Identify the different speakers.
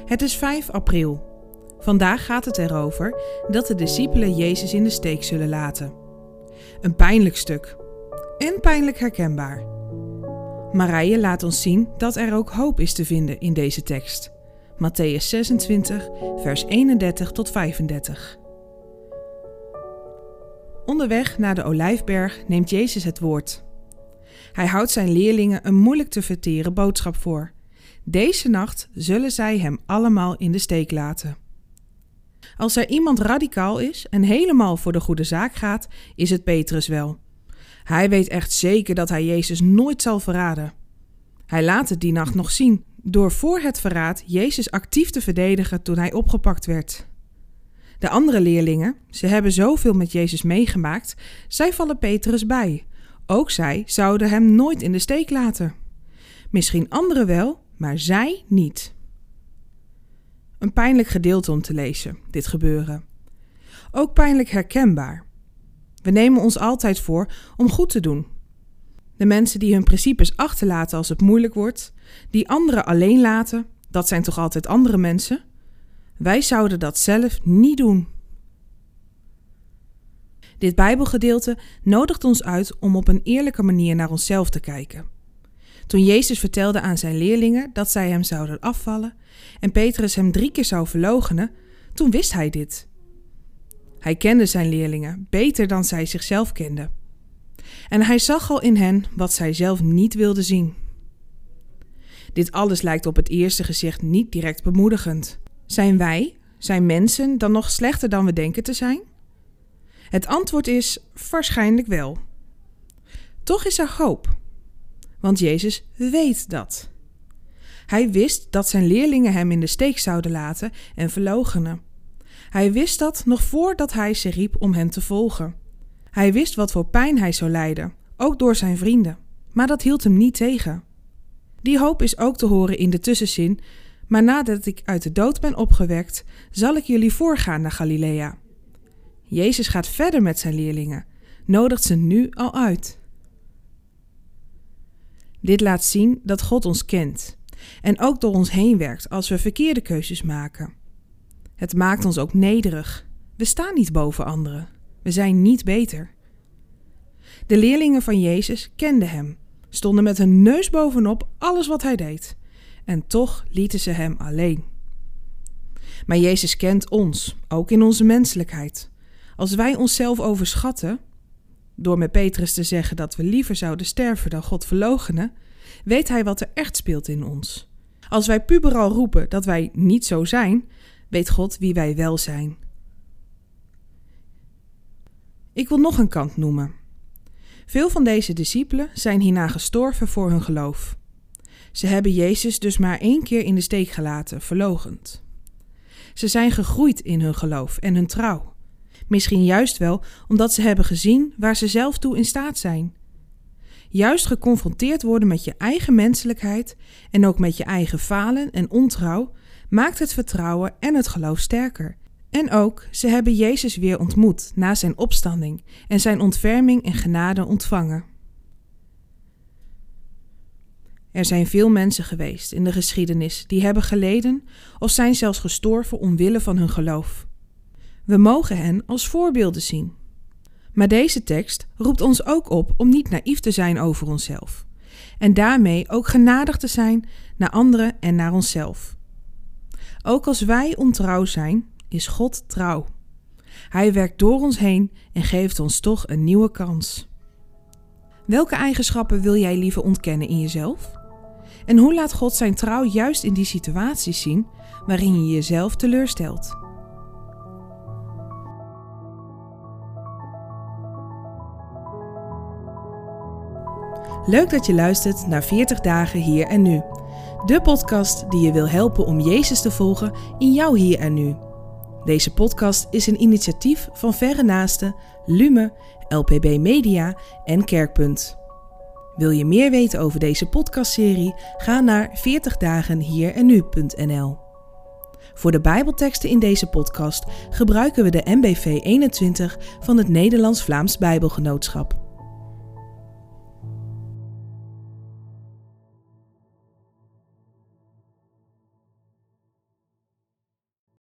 Speaker 1: Het is 5 april. Vandaag gaat het erover dat de discipelen Jezus in de steek zullen laten. Een pijnlijk stuk. En pijnlijk herkenbaar. Marije laat ons zien dat er ook hoop is te vinden in deze tekst. Mattheüs 26, vers 31 tot 35. Onderweg naar de Olijfberg neemt Jezus het woord. Hij houdt zijn leerlingen een moeilijk te verteren boodschap voor. Deze nacht zullen zij hem allemaal in de steek laten. Als er iemand radicaal is en helemaal voor de goede zaak gaat, is het Petrus wel. Hij weet echt zeker dat hij Jezus nooit zal verraden. Hij laat het die nacht nog zien, door voor het verraad Jezus actief te verdedigen toen hij opgepakt werd. De andere leerlingen, ze hebben zoveel met Jezus meegemaakt, zij vallen Petrus bij. Ook zij zouden hem nooit in de steek laten. Misschien anderen wel, maar zij niet. Een pijnlijk gedeelte om te lezen, dit gebeuren. Ook pijnlijk herkenbaar. We nemen ons altijd voor om goed te doen. De mensen die hun principes achterlaten als het moeilijk wordt, die anderen alleen laten, dat zijn toch altijd andere mensen? Wij zouden dat zelf niet doen. Dit Bijbelgedeelte nodigt ons uit om op een eerlijke manier naar onszelf te kijken. Toen Jezus vertelde aan zijn leerlingen dat zij hem zouden afvallen en Petrus hem 3 keer zou verloochenen, toen wist hij dit. Hij kende zijn leerlingen beter dan zij zichzelf kenden. En hij zag al in hen wat zij zelf niet wilden zien. Dit alles lijkt op het eerste gezicht niet direct bemoedigend. Zijn mensen dan nog slechter dan we denken te zijn? Het antwoord is waarschijnlijk wel. Toch is er hoop. Want Jezus weet dat. Hij wist dat zijn leerlingen hem in de steek zouden laten en verloochenen. Hij wist dat nog voordat hij ze riep om hem te volgen. Hij wist wat voor pijn hij zou lijden, ook door zijn vrienden. Maar dat hield hem niet tegen. Die hoop is ook te horen in de tussenzin: maar nadat ik uit de dood ben opgewekt, zal ik jullie voorgaan naar Galilea. Jezus gaat verder met zijn leerlingen, nodigt ze nu al uit. Dit laat zien dat God ons kent en ook door ons heen werkt als we verkeerde keuzes maken. Het maakt ons ook nederig. We staan niet boven anderen. We zijn niet beter. De leerlingen van Jezus kenden hem, stonden met hun neus bovenop alles wat hij deed. En toch lieten ze hem alleen. Maar Jezus kent ons, ook in onze menselijkheid. Als wij onszelf overschatten, door met Petrus te zeggen dat we liever zouden sterven dan God verloochenen, weet hij wat er echt speelt in ons. Als wij puberal roepen dat wij niet zo zijn, weet God wie wij wel zijn. Ik wil nog een kant noemen. Veel van deze discipelen zijn hierna gestorven voor hun geloof. Ze hebben Jezus dus maar 1 keer in de steek gelaten, verloochend. Ze zijn gegroeid in hun geloof en hun trouw. Misschien juist wel omdat ze hebben gezien waar ze zelf toe in staat zijn. Juist geconfronteerd worden met je eigen menselijkheid en ook met je eigen falen en ontrouw maakt het vertrouwen en het geloof sterker. En ook, ze hebben Jezus weer ontmoet na zijn opstanding en zijn ontferming en genade ontvangen. Er zijn veel mensen geweest in de geschiedenis die hebben geleden of zijn zelfs gestorven omwille van hun geloof. We mogen hen als voorbeelden zien. Maar deze tekst roept ons ook op om niet naïef te zijn over onszelf. En daarmee ook genadig te zijn naar anderen en naar onszelf. Ook als wij ontrouw zijn, is God trouw. Hij werkt door ons heen en geeft ons toch een nieuwe kans. Welke eigenschappen wil jij liever ontkennen in jezelf? En hoe laat God zijn trouw juist in die situaties zien waarin je jezelf teleurstelt? Leuk dat je luistert naar 40 dagen hier en nu. De podcast die je wil helpen om Jezus te volgen in jouw hier en nu. Deze podcast is een initiatief van Verre Naasten, Lume, LPB Media en Kerkpunt. Wil je meer weten over deze podcastserie? Ga naar 40dagenhierennu.nl. Voor de Bijbelteksten in deze podcast gebruiken we de MBV 21 van het Nederlands-Vlaams Bijbelgenootschap.